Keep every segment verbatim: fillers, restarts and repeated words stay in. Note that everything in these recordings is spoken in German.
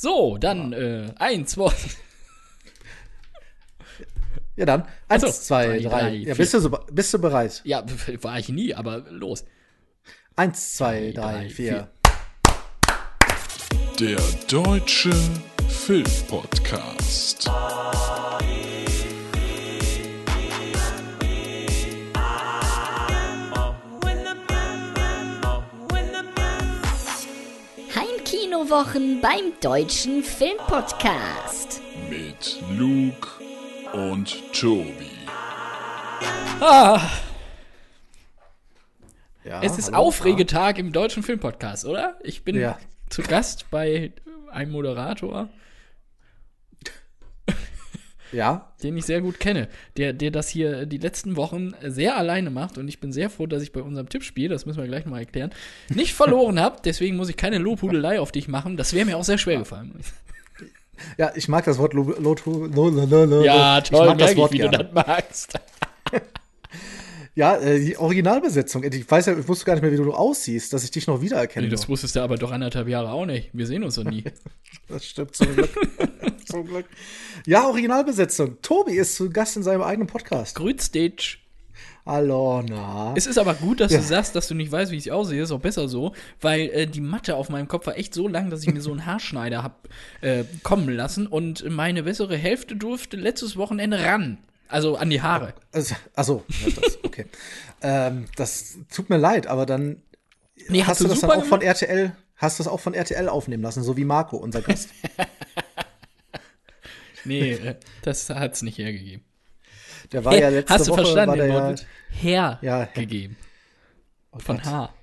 So, dann äh, eins, zwei. Ja, dann. Eins, Ach so. zwei, Drei, drei. drei, Ja, vier. bist du, so, bist du bereit? Ja, war ich nie, aber los. Eins, zwei, Drei, drei, drei, vier. Der Deutsche Filmpodcast. Heimkinowochen beim Deutschen Filmpodcast. Mit Luke und Tobi. Ah, Ja, es ist hallo. Aufregetag im Deutschen Filmpodcast, oder? Ich bin Ja. zu Gast bei einem Moderator, Ja, den ich sehr gut kenne, der, der das hier die letzten Wochen sehr alleine macht, und ich bin sehr froh, dass ich bei unserem Tippspiel, das müssen wir gleich mal erklären, nicht verloren habe. Deswegen muss ich keine Lobhudelei auf dich machen. Das wäre mir auch sehr schwer gefallen. ja, ich mag das Wort Lo- Lo- Lo- Lo- Lo- Lo- Ja, ich toll, mag das merke Wort ich, wie du gerne. das magst. Ja, äh, die Originalbesetzung. Ich weiß ja, ich wusste gar nicht mehr, wie du aussiehst, dass ich dich noch wiedererkenne. Nee, das wusstest du aber doch anderthalb Jahre auch nicht. Wir sehen uns doch nie. Das stimmt zum Glück. Zum Glück. Ja, Originalbesetzung. Tobi ist zu Gast in seinem eigenen Podcast. Grüßditsch. Hallo, na. Es ist aber gut, dass Ja. du sagst, dass du nicht weißt, wie ich aussehe. Ist auch besser so, weil äh, die Matte auf meinem Kopf war echt so lang, dass ich mir so einen Haarschneider hab äh, kommen lassen, und meine bessere Hälfte durfte letztes Wochenende ran. Also an die Haare. Also, achso, ja, das, okay. ähm, das tut mir leid, aber dann Nee, hast hast du du das dann super auch von gemacht? R T L, hast du das auch von R T L aufnehmen lassen, so wie Marco, unser Gast. Nee, äh, das hat's nicht hergegeben. Der war ja letzte Hast du Woche, verstanden, war der den ja, Wortwitz? Herr Ja, gegeben. oh Von Gott. Haar.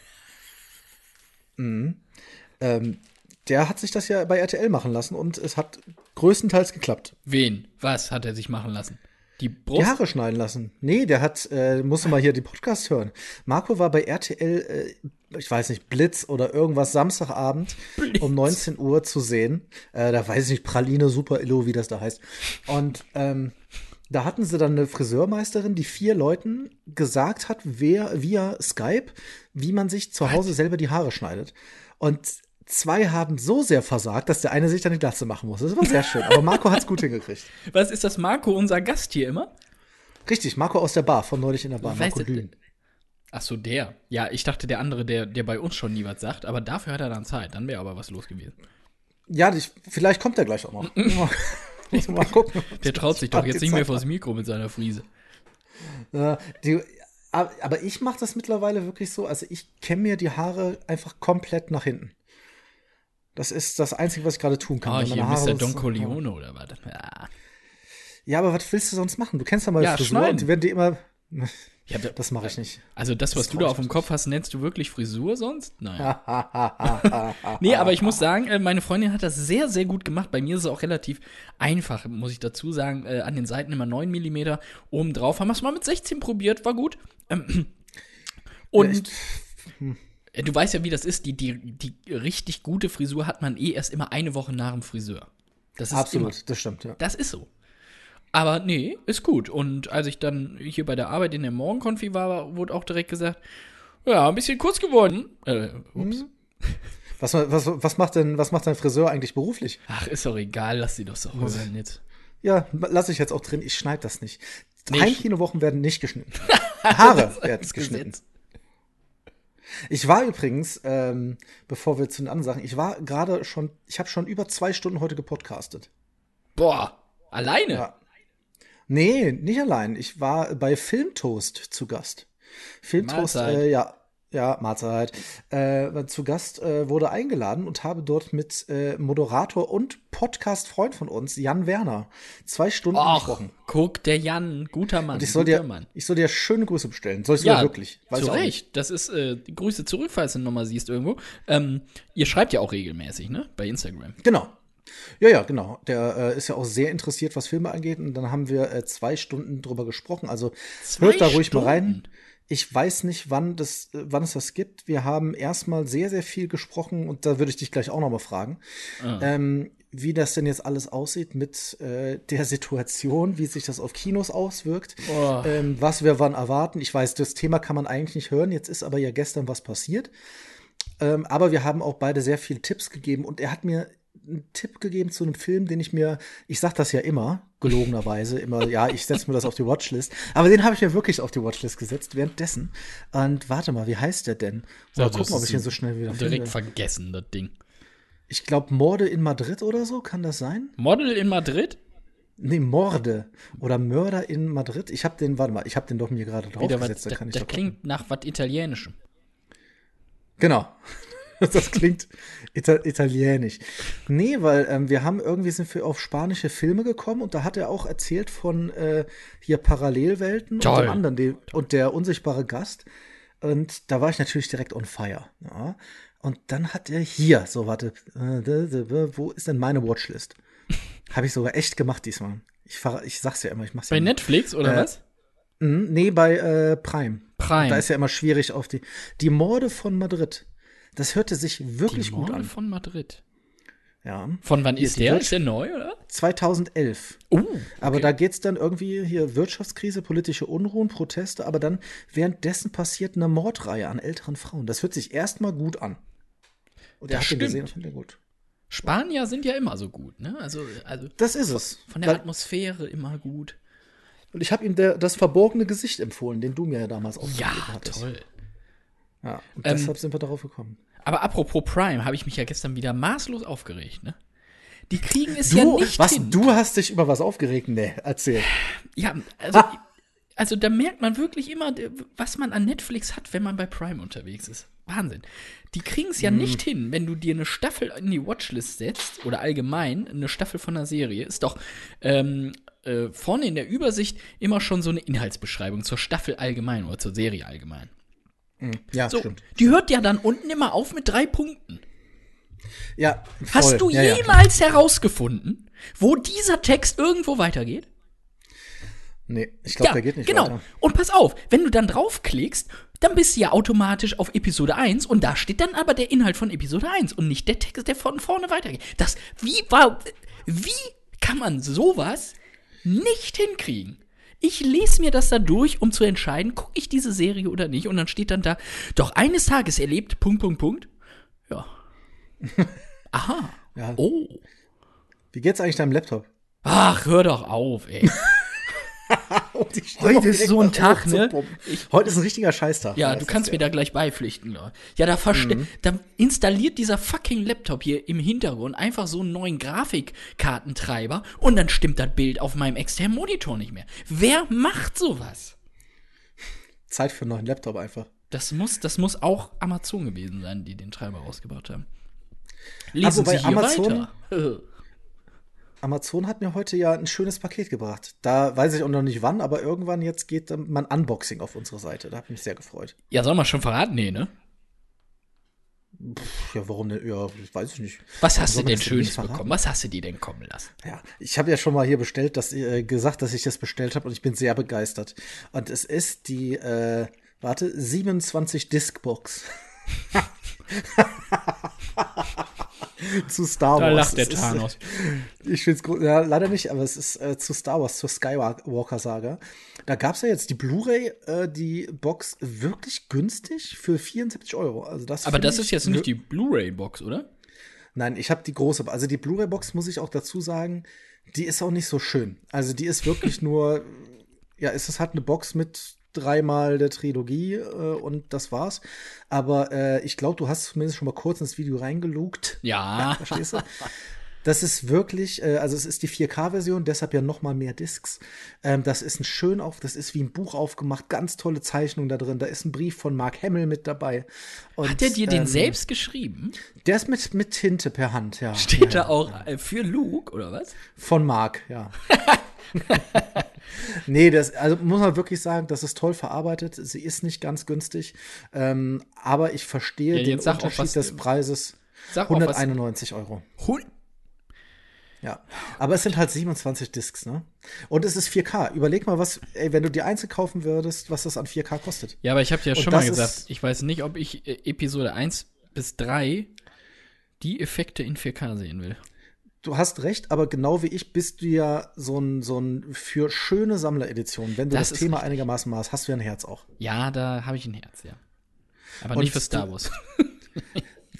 Ähm, der hat sich das ja bei R T L machen lassen und es hat größtenteils geklappt. Wen? Was hat er sich machen lassen? Die Brust? Die Haare schneiden lassen. Nee, der hat, äh, musst du mal hier die Podcast hören. Marco war bei R T L, äh, ich weiß nicht, Blitz oder irgendwas Samstagabend Blitz. um neunzehn Uhr zu sehen. Äh, da weiß ich nicht, Praline, Super Illo, wie das da heißt. Und ähm, da hatten sie dann eine Friseurmeisterin, die vier Leuten gesagt hat, wer via Skype, wie man sich zu Hause selber die Haare schneidet. Und zwei haben so sehr versagt, dass der eine sich dann die Glatze machen muss. Das war sehr schön. Aber Marco hat's gut hingekriegt. Was ist das, Marco, unser Gast hier immer? Richtig, Marco aus der Bar, von neulich in der Bar. Weißt Marco du- Dün. Ach so, der. Ja, ich dachte, der andere, der, der bei uns schon nie was sagt, aber dafür hat er dann Zeit. Dann wäre aber was los gewesen. Ja, ich, vielleicht kommt er gleich auch noch. Muss mal gucken. Der traut sich doch Die jetzt nicht mehr Zeit vors Mikro mit seiner Friese. Äh, die, aber aber ich mache das mittlerweile wirklich so, also ich kämme mir die Haare einfach komplett nach hinten. Das ist das Einzige, was ich gerade tun kann. Ah, weil hier meine Haare Mister sonst- Don Corleone oder was? Ja. Ja, aber was willst du sonst machen? Du kennst ja mal Ja, Frisur schneiden. und die werden dir immer. Ja, da- Das mache ich nicht. Also das, was Das du trau da ich auf dem mich Kopf hast, nennst du wirklich Frisur sonst? Naja. Nee, aber ich muss sagen, äh, meine Freundin hat das sehr, sehr gut gemacht. Bei mir ist es auch relativ einfach, muss ich dazu sagen. Äh, an den Seiten immer neun Millimeter oben drauf. Haben wir es mal mit sechzehn probiert, war gut. Ähm, und äh, du weißt ja, wie das ist. Die, die, die richtig gute Frisur hat man eh erst immer eine Woche nach dem Friseur. Das ist Absolut, immer. das stimmt, ja. Das ist so. Aber nee, ist gut. Und als ich dann hier bei der Arbeit in der Morgenkonfi war, wurde auch direkt gesagt, ja, ein bisschen kurz geworden. Äh, ups. Was, was, was, macht denn, was macht dein Friseur eigentlich beruflich? Ach, ist doch egal, lass sie doch so hören jetzt. Ja, lasse ich jetzt auch drin. Ich schneide das nicht. Nicht? Heimkinowochen werden nicht geschnitten. Haare werden Das geschnitten. Gesetz. Ich war übrigens, ähm, bevor wir zu den anderen Sachen, ich war gerade schon, ich habe schon über zwei Stunden heute gepodcastet. Boah, alleine? Ja. Nee, nicht allein. Ich war bei Filmtoast zu Gast. Filmtoast, Mahlzeit. äh, ja, ja, Mahlzeit. Äh, zu Gast äh, wurde eingeladen und habe dort mit äh, Moderator und Podcast-Freund von uns, Jan Werner, zwei Stunden Och, gesprochen. guck, der Jan, guter Mann, Und ich soll guter dir, Mann. ich soll dir schöne Grüße bestellen. Soll ich Ja, sogar wirklich? Weiß zu auch nicht. Recht. Das ist, äh, die Grüße zurück, falls du ihn nochmal siehst irgendwo. Ähm, ihr schreibt ja auch regelmäßig, ne? Bei Instagram. Genau. Ja, ja, genau. Der äh, ist ja auch sehr interessiert, was Filme angeht. Und dann haben wir äh, zwei Stunden drüber gesprochen. Also Zwei hört da ruhig mal rein. Stunden? Ich weiß nicht, wann, das, äh, wann es das gibt. Wir haben erstmal sehr, sehr viel gesprochen. Und da würde ich dich gleich auch noch mal fragen, Ah. ähm, wie das denn jetzt alles aussieht mit äh, der Situation, wie sich das auf Kinos auswirkt, Oh. ähm, was wir wann erwarten. Ich weiß, das Thema kann man eigentlich nicht hören. Jetzt ist aber ja gestern was passiert. Ähm, aber wir haben auch beide sehr viele Tipps gegeben. Und er hat mir einen Tipp gegeben zu einem Film, den ich mir, ich sag das ja immer, gelogenerweise, immer, ja, ich setze mir das auf die Watchlist. Aber den habe ich mir wirklich auf die Watchlist gesetzt, währenddessen. Und warte mal, wie heißt der denn? Mal Also, gucken, ob das ich den ist so schnell wieder Direkt finde. vergessen, das Ding. Ich glaube, Morde in Madrid oder so, kann das sein? Model in Madrid? Nee, Morde oder Mörder in Madrid. Ich habe den, warte mal, ich habe den doch mir gerade Wieder was, draufgesetzt, da das kann ich das doch klingt gucken. nach was Italienischem. Genau. Das klingt Ita italienisch. Nee, weil ähm, wir haben irgendwie sind wir auf spanische Filme gekommen und da hat er auch erzählt von äh, hier Parallelwelten Toll. und dem anderen den, und der unsichtbare Gast. Und da war ich natürlich direkt on fire. Ja. Und dann hat er hier, so warte, äh, wo ist denn meine Watchlist? Habe ich sogar echt gemacht diesmal. Ich, fahr, ich sag's ja immer, ich mach's ja Bei immer. Netflix oder Äh, was? Mhm, nee, bei äh, Prime. Prime. Da ist ja immer schwierig auf die. Die Morde von Madrid. Das hörte sich wirklich Die gut Morde an. von Madrid. Ja. Von wann Hier ist die der? Wirtschaft- Ist der neu, oder? zweitausendelf. Oh, okay. Aber da geht's dann irgendwie hier Wirtschaftskrise, politische Unruhen, Proteste, aber dann währenddessen passiert eine Mordreihe an älteren Frauen. Das hört sich erstmal gut an. Und er Das hat den stimmt. gesehen und fand den gut. Spanier sind ja immer so gut, ne? Also, also Das ist es. von der Weil- Atmosphäre immer gut. Und ich habe ihm der, das verborgene Gesicht empfohlen, den du mir ja damals aufgegeben Ja, hattest. toll. Ja, und Ähm, deshalb sind wir darauf gekommen. Aber apropos Prime, habe ich mich ja gestern wieder maßlos aufgeregt, ne? Die kriegen es Du, ja nicht was, hin. du hast dich über was aufgeregt? Nee, erzähl. Ja, also, also da merkt man wirklich immer, was man an Netflix hat, wenn man bei Prime unterwegs ist. Wahnsinn. Die kriegen es ja Mhm. nicht hin, wenn du dir eine Staffel in die Watchlist setzt oder allgemein eine Staffel von einer Serie, ist doch ähm, äh, vorne in der Übersicht immer schon so eine Inhaltsbeschreibung zur Staffel allgemein oder zur Serie allgemein. Ja, So, stimmt. die hört ja dann unten immer auf mit drei Punkten. Ja, voll. Hast du ja, ja, klar. jemals herausgefunden, wo dieser Text irgendwo weitergeht? Nee, ich glaube, Ja, der geht nicht genau. weiter. Und pass auf, wenn du dann draufklickst, dann bist du ja automatisch auf Episode eins und da steht dann aber der Inhalt von Episode eins und nicht der Text, der von vorne weitergeht. Das, wie, war, wie kann man sowas nicht hinkriegen? Ich lese mir das da durch, um zu entscheiden, gucke ich diese Serie oder nicht. Und dann steht dann da, doch eines Tages erlebt, Punkt, Punkt, Punkt. Ja. Aha. Ja. Oh. Wie geht's eigentlich deinem Laptop? Ach, hör doch auf, ey. Um die Stimme Heute ist direkt so ein mal Tag, ne? hochzupumpen. Heute ist ein richtiger Scheißtag. Ja, weiß du das kannst ja. mir da gleich beipflichten. Ja, ja da, verste- da installiert dieser fucking Laptop hier im Hintergrund einfach so einen neuen Grafikkartentreiber und dann stimmt das Bild auf meinem externen Monitor nicht mehr. Wer macht sowas? Zeit für einen neuen Laptop einfach. Das muss, das muss auch Amazon gewesen sein, die den Treiber rausgebracht haben. Ah, Lesen wobei Sie hier Amazon- weiter. Amazon hat mir heute ja ein schönes Paket gebracht. Da weiß ich auch noch nicht wann, aber irgendwann jetzt geht dann mein Unboxing auf unsere Seite. Da habe ich mich sehr gefreut. Ja, soll man schon verraten? Nee, ne? Pff, ja, warum denn? Ja, das weiß ich nicht. Was hast Soll du man denn das Schönes nicht verraten? bekommen? Was hast du dir denn kommen lassen? Ja, ich habe ja schon mal hier bestellt, dass äh, gesagt, dass ich das bestellt habe und ich bin sehr begeistert. Und es ist die, äh, warte, siebenundzwanzig Disc-Box. Zu Star Wars. Da lacht der Es ist, Thanos. Ich finde es ja, leider nicht, aber es ist äh, zu Star Wars, zur Skywalker-Saga. Da gab es ja jetzt die Blu-ray, äh, die Box wirklich günstig für vierundsiebzig Euro. Also das Aber finde das ich ist jetzt nicht die Blu-ray-Box, oder? Nein, ich habe die große, also die Blu-ray-Box muss ich auch dazu sagen, die ist auch nicht so schön. Also die ist wirklich nur, ja, es ist halt eine Box mit dreimal der Trilogie äh, und das war's. Aber äh, ich glaube, du hast zumindest schon mal kurz ins Video reingelugt. Ja. Verstehst du? Das ist wirklich, äh, also es ist die vier K-Version, deshalb ja noch mal mehr Discs. Ähm, das ist ein schön auf, das ist wie ein Buch aufgemacht, ganz tolle Zeichnung da drin. Da ist ein Brief von Mark Hamill mit dabei. Und, Hat er dir den ähm, selbst geschrieben? Der ist mit, mit Tinte per Hand, ja. Steht ja, da auch äh, für Luke, oder was? Von Mark, ja. Nee, das, also muss man wirklich sagen, das ist toll verarbeitet. Sie ist nicht ganz günstig. Ähm, aber ich verstehe Ja, den jetzt sag auch, Unterschied was- des Preises. Sag auch, was- hunderteinundneunzig Euro. Hund. Ja. Aber es sind halt siebenundzwanzig Discs, ne? Und es ist vier K. Überleg mal, was, ey, wenn du die einzeln kaufen würdest, was das an vier K kostet. Ja, aber ich habe dir ja Und schon mal das gesagt, ist- ich weiß nicht, ob ich äh, Episode eins bis drei die Effekte in vier K sehen will. Du hast recht, aber genau wie ich bist du ja so ein, so ein für schöne Sammlereditionen. Wenn du Das das, ist Thema richtig. einigermaßen machst, hast du ja ein Herz auch. Ja, da habe ich ein Herz, ja. Aber Und nicht für Star du- Wars.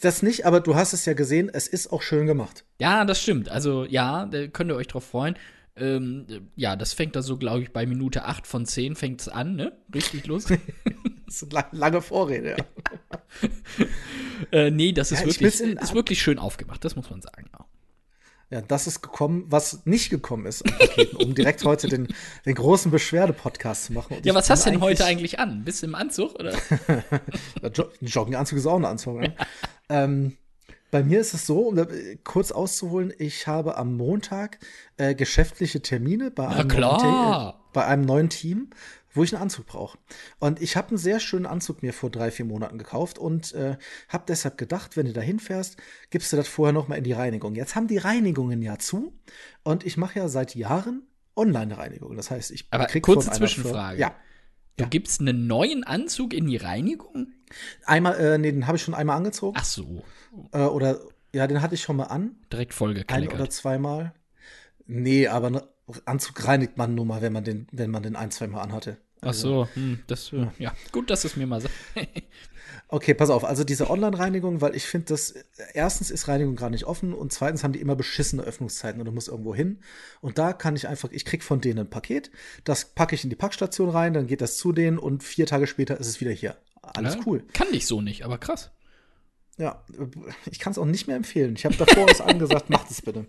das nicht, aber du hast es ja gesehen, es ist auch schön gemacht. Ja, das stimmt. Also, ja, da könnt ihr euch drauf freuen. Ähm, ja, das fängt da so, glaube ich, bei Minute acht von zehn fängt es an, ne? Richtig los. Das ist eine lange Vorrede, ja. äh, nee, das ist, Ja, ich wirklich, will's in- ist wirklich schön aufgemacht, das muss man sagen. Ja. Ja, das ist gekommen, was nicht gekommen ist an Paketen, um direkt heute den, den großen Beschwerde-Podcast zu machen. Und Ja, ich was hast du bin denn heute eigentlich an? Bist du im Anzug, oder? Der Jo- ein Jogginganzug ist auch ein Anzug. Ne? ähm, bei mir ist es so, um da äh, kurz auszuholen, ich habe am Montag äh, geschäftliche Termine bei einem, klar. Neuen Te- äh, bei einem neuen Team, wo ich einen Anzug brauche. Und ich habe einen sehr schönen Anzug mir vor drei, vier Monaten gekauft und äh, habe deshalb gedacht, wenn du da hinfährst, gibst du das vorher noch mal in die Reinigung. Jetzt haben die Reinigungen ja zu und ich mache ja seit Jahren Online-Reinigung. Das heißt, ich Aber krieg kurze von einer Zwischenfrage. Firma- Ja. Du gibst einen neuen Anzug in die Reinigung? Einmal, äh, nee, den habe ich schon einmal angezogen. Ach so, Äh, oder, ja, den hatte ich schon mal an. direkt Ein vollgekleckert. oder zweimal. Nee, aber einen Anzug reinigt man nur mal, wenn man den, wenn man den ein, zwei Mal anhatte. Ach so, hm, das, äh, ja, gut, dass es mir mal sagt. Okay, pass auf. Also diese Online-Reinigung, weil ich finde, dass erstens ist Reinigung gerade nicht offen und zweitens haben die immer beschissene Öffnungszeiten und du musst irgendwo hin. Und da kann ich einfach, ich krieg von denen ein Paket, das packe ich in die Packstation rein, dann geht das zu denen und vier Tage später ist es wieder hier. Alles Ja, cool. Kann ich so nicht, aber krass. Ja, ich kann es auch nicht mehr empfehlen. Ich habe davor es angesagt, macht es bitte.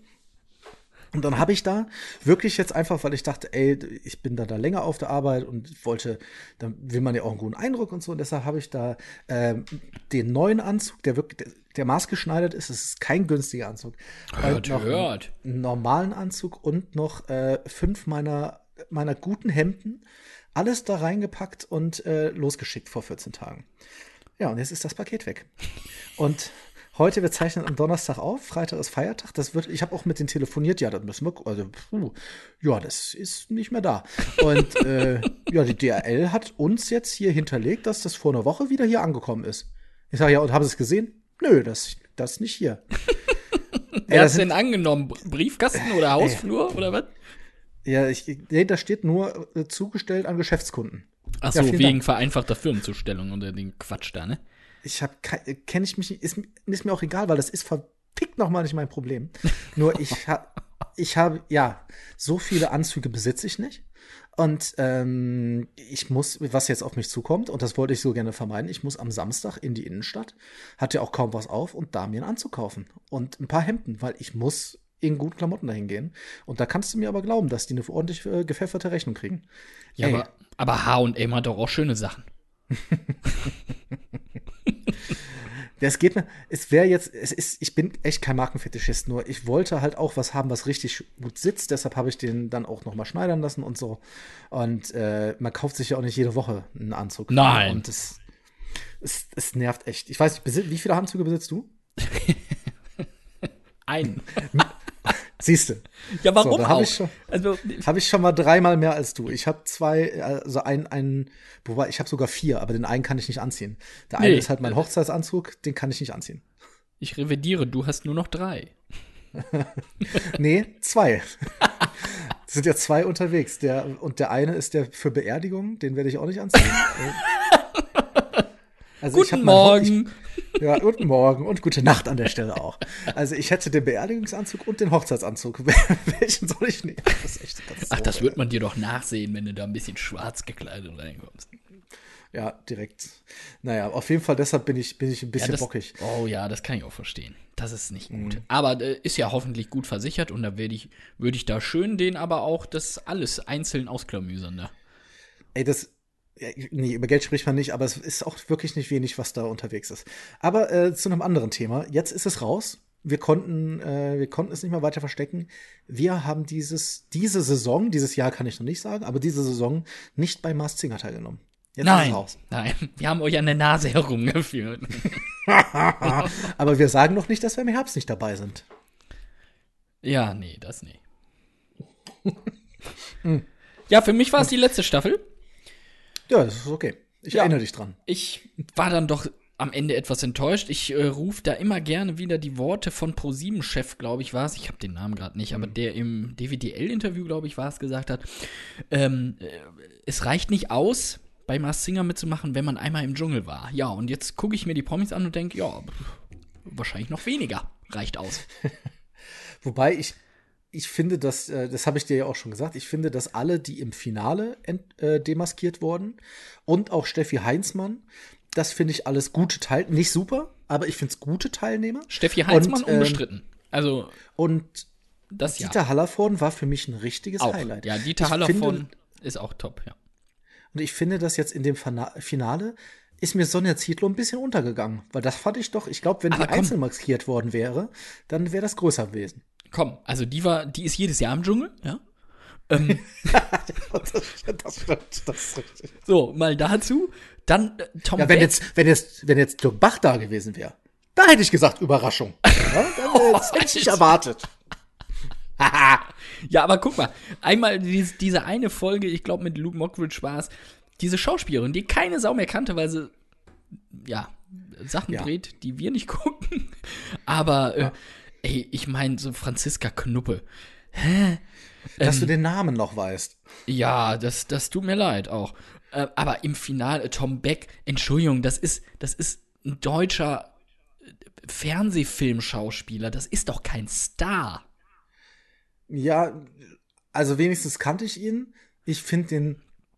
Und dann habe ich da wirklich jetzt einfach, weil ich dachte, ey, ich bin da, da länger auf der Arbeit und wollte, dann will man ja auch einen guten Eindruck und so. Und deshalb habe ich da ähm, den neuen Anzug, der wirklich, der, der maßgeschneidert ist. Es ist kein günstiger Anzug. Hört, Und noch hört. einen normalen Anzug und noch äh, fünf meiner, meiner guten Hemden. Alles da reingepackt und äh, losgeschickt vor vierzehn Tagen. Ja, und jetzt ist das Paket weg. Und heute, wir zeichnen am Donnerstag auf, Freitag ist Feiertag. Das wird, ich habe auch mit denen telefoniert, ja, das müssen wir, also, puh, ja, das ist nicht mehr da. Und äh, ja, die D H L hat uns jetzt hier hinterlegt, dass das vor einer Woche wieder hier angekommen ist. Ich sage, ja, und haben Sie es gesehen? Nö, das, das ist nicht hier. Wer das hat's sind- denn angenommen? Briefkasten oder Hausflur oder was? Ja, ich, nee, da steht nur äh, zugestellt an Geschäftskunden. Ach Ja, so, vielen wegen Dank. vereinfachter Firmenzustellung oder den Quatsch da, ne? Ich habe kenne ich mich nicht, ist, ist mir auch egal, weil das ist verpickt noch mal nicht mein Problem. Nur ich habe ich habe ja so viele Anzüge besitze ich nicht und ähm, ich muss, was jetzt auf mich zukommt und das wollte ich so gerne vermeiden, ich muss am Samstag in die Innenstadt, hatte auch kaum was auf und da mir einen Anzug kaufen und ein paar Hemden, weil ich muss in guten Klamotten dahin gehen und da kannst du mir aber glauben, dass die eine ordentlich äh, gepfefferte Rechnung kriegen. Ja, Ey. aber, aber H und M hat doch auch schöne Sachen. Das geht mir, es wäre jetzt, es ist, ich bin echt kein Markenfetischist, nur ich wollte halt auch was haben, was richtig gut sitzt, deshalb habe ich den dann auch noch mal schneidern lassen und so. Und äh, man kauft sich ja auch nicht jede Woche einen Anzug. Nein. Und es, es, es nervt echt. Ich weiß nicht, besi- wie viele Anzüge besitzt du? Ein. Siehst du, Ja, warum So, da hab auch? ich schon- Also, habe ich schon mal dreimal mehr als du. Ich habe zwei, also ein, ein, wobei ich habe sogar vier, aber den einen kann ich nicht anziehen. Der eine Nee. ist halt mein Hochzeitsanzug, den kann ich nicht anziehen. ich revidiere, du hast nur noch drei. Nee, zwei. Es sind ja zwei unterwegs. Der, und der eine ist der für Beerdigung, den werde ich auch nicht anziehen. Also ich hab Guten mein Ho- Morgen. Ich, ja, guten Morgen und gute Nacht an der Stelle auch. Also ich hätte den Beerdigungsanzug und den Hochzeitsanzug. Welchen soll ich nehmen? Das ist echt eine Katastrophe. Ach, das wird man dir doch nachsehen, wenn du da ein bisschen schwarz gekleidet reinkommst. Ja, direkt. Naja, auf jeden Fall, deshalb bin ich, bin ich ein bisschen Ja, das, bockig. Oh ja, das kann ich auch verstehen. Das ist nicht gut. Mhm. Aber äh, ist ja hoffentlich gut versichert und da würde ich, würde ich da schön den aber auch das alles einzeln ausklamüsern da. Ey, das. Ja, nee, über Geld spricht man nicht, aber es ist auch wirklich nicht wenig, was da unterwegs ist. Aber äh, zu einem anderen Thema. Jetzt ist es raus. Wir konnten, äh, wir konnten es nicht mehr weiter verstecken. Wir haben dieses, diese Saison, dieses Jahr kann ich noch nicht sagen, aber diese Saison nicht bei Masked Singer teilgenommen. Jetzt ist Nein, es raus. nein, wir haben euch an der Nase herumgeführt. Aber wir sagen noch nicht, dass wir im Herbst nicht dabei sind. Ja, nee, das nee. Ja, für mich war es die letzte Staffel. Ja, das ist okay. Ich Ja. erinnere dich dran. Ich war dann doch am Ende etwas enttäuscht. Ich äh, rufe da immer gerne wieder die Worte von ProSieben-Chef, glaube ich, war es. Ich habe den Namen gerade nicht, aber der im D W D L-Interview, glaube ich, war es, gesagt hat, ähm, äh, es reicht nicht aus, bei Masked Singer mitzumachen, wenn man einmal im Dschungel war. Ja, und jetzt gucke ich mir die Promis an und denke, ja, pff, wahrscheinlich noch weniger. Reicht aus. Wobei ich, ich finde, dass, äh, das habe ich dir ja auch schon gesagt, ich finde, dass alle, die im Finale ent, äh, demaskiert wurden und auch Steffi Heinzmann, das finde ich alles gute Teilnehmer. Nicht super, aber ich finde es gute Teilnehmer. Steffi Heinzmann und, ähm, unbestritten. Also, und das ja. Dieter Hallervorden war für mich ein richtiges Auch. Highlight. Ja, Dieter Ich Hallervorden finde- ist auch top, ja. Und ich finde, dass jetzt in dem Fana- Finale ist mir Sonja Zietlow ein bisschen untergegangen. Weil das fand ich doch, ich glaube, wenn Aber die komm. einzeln maskiert worden wäre, dann wäre das größer gewesen. Komm, also die war, die ist jedes Jahr im Dschungel, ja. Ähm, das, das stimmt, das ist richtig. so, mal dazu. Dann äh, Tom Ja, wenn Beck. jetzt, wenn jetzt, wenn jetzt Dirk Bach da gewesen wäre, da hätte ich gesagt, Überraschung. Ja, dann, äh, das hätte ich nicht erwartet. Ja, aber guck mal, einmal dies, diese eine Folge, ich glaube mit Luke Mockridge war es, diese Schauspielerin, die keine Sau mehr kannte, weil sie, ja, Sachen Ja. dreht, die wir nicht gucken. Aber, äh, ey, ich meine, so Franziska Knuppe. Dass du den Namen noch weißt. Ja, das, das tut mir leid auch. Äh, aber im Finale, Tom Beck, Entschuldigung, das ist, das ist ein deutscher Fernsehfilmschauspieler, das ist doch kein Star. Ja, also wenigstens kannte ich ihn. Ich finde den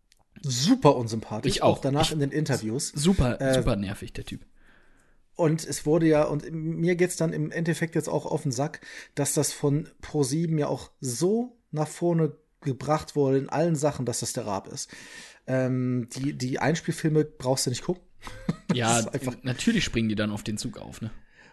super unsympathisch. Ich auch. danach Ich- in den Interviews. Super, Äh, super nervig, der Typ. Und es wurde ja, und mir geht's dann im Endeffekt jetzt auch auf den Sack, dass das von ProSieben ja auch so nach vorne gebracht wurde in allen Sachen, dass das der Raab ist. Ähm, die, die Einspielfilme brauchst du nicht gucken. Ja, ist einfach- natürlich springen die dann auf den Zug auf, ne?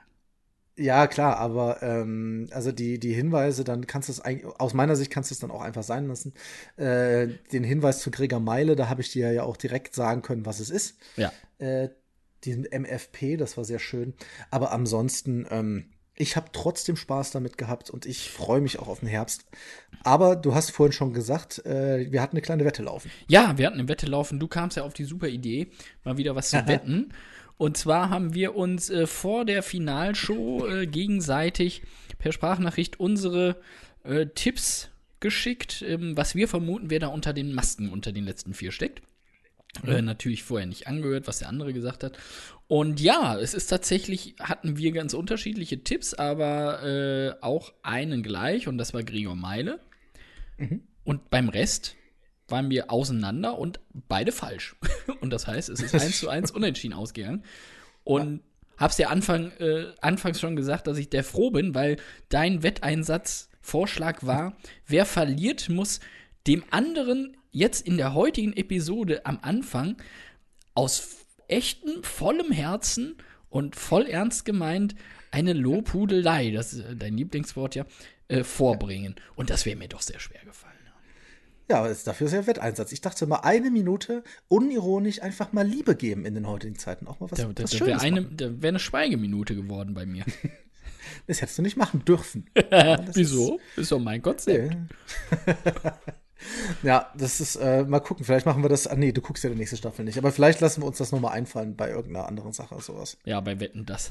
Ja, klar, aber ähm, also die, die Hinweise, dann kannst du es eigentlich, aus meiner Sicht kannst du es dann auch einfach sein lassen. Äh, den Hinweis zu Gregor Meile, da habe ich dir ja auch direkt sagen können, was es ist. Ja. Äh, diesen M F P, das war sehr schön. Aber ansonsten, ähm, ich habe trotzdem Spaß damit gehabt und ich freue mich auch auf den Herbst. Aber du hast vorhin schon gesagt, äh, wir hatten eine kleine Wette laufen. Ja, wir hatten eine Wette laufen. Du kamst ja auf die super Idee, mal wieder was zu wetten. Und zwar haben wir uns äh, vor der Finalshow äh, gegenseitig per Sprachnachricht unsere äh, Tipps geschickt, ähm, was wir vermuten, wer da unter den Masken unter den letzten vier steckt. Äh, natürlich vorher nicht angehört, was der andere gesagt hat. Und ja, es ist tatsächlich, hatten wir ganz unterschiedliche Tipps, aber äh, auch einen gleich, und das war Gregor Meile. Und beim Rest waren wir auseinander und beide falsch. Und das heißt, es ist eins zu eins unentschieden ausgegangen. Und hab's ja Anfang, äh, anfangs schon gesagt, dass ich der froh bin, weil dein Wetteinsatz-Vorschlag war, wer verliert, muss dem anderen jetzt in der heutigen Episode am Anfang aus echtem, vollem Herzen und voll ernst gemeint eine Lobhudelei, das ist dein Lieblingswort ja, äh, vorbringen. Und das wäre mir doch sehr schwer gefallen. Ja, aber es- dafür ist ja Wetteinsatz. Ich dachte mal, eine Minute unironisch einfach mal Liebe geben in den heutigen Zeiten. Auch mal was, Da, da, was da Schönes wäre eine, machen. da wär eine Schweigeminute geworden bei mir. Das hättest du nicht machen dürfen. das Wieso? Ist doch mein Konzept. Nee. Ja, das ist, äh, mal gucken, vielleicht machen wir das, ah nee, du guckst ja die nächste Staffel nicht, aber vielleicht lassen wir uns das nochmal einfallen bei irgendeiner anderen Sache, sowas. Ja, bei Wetten das.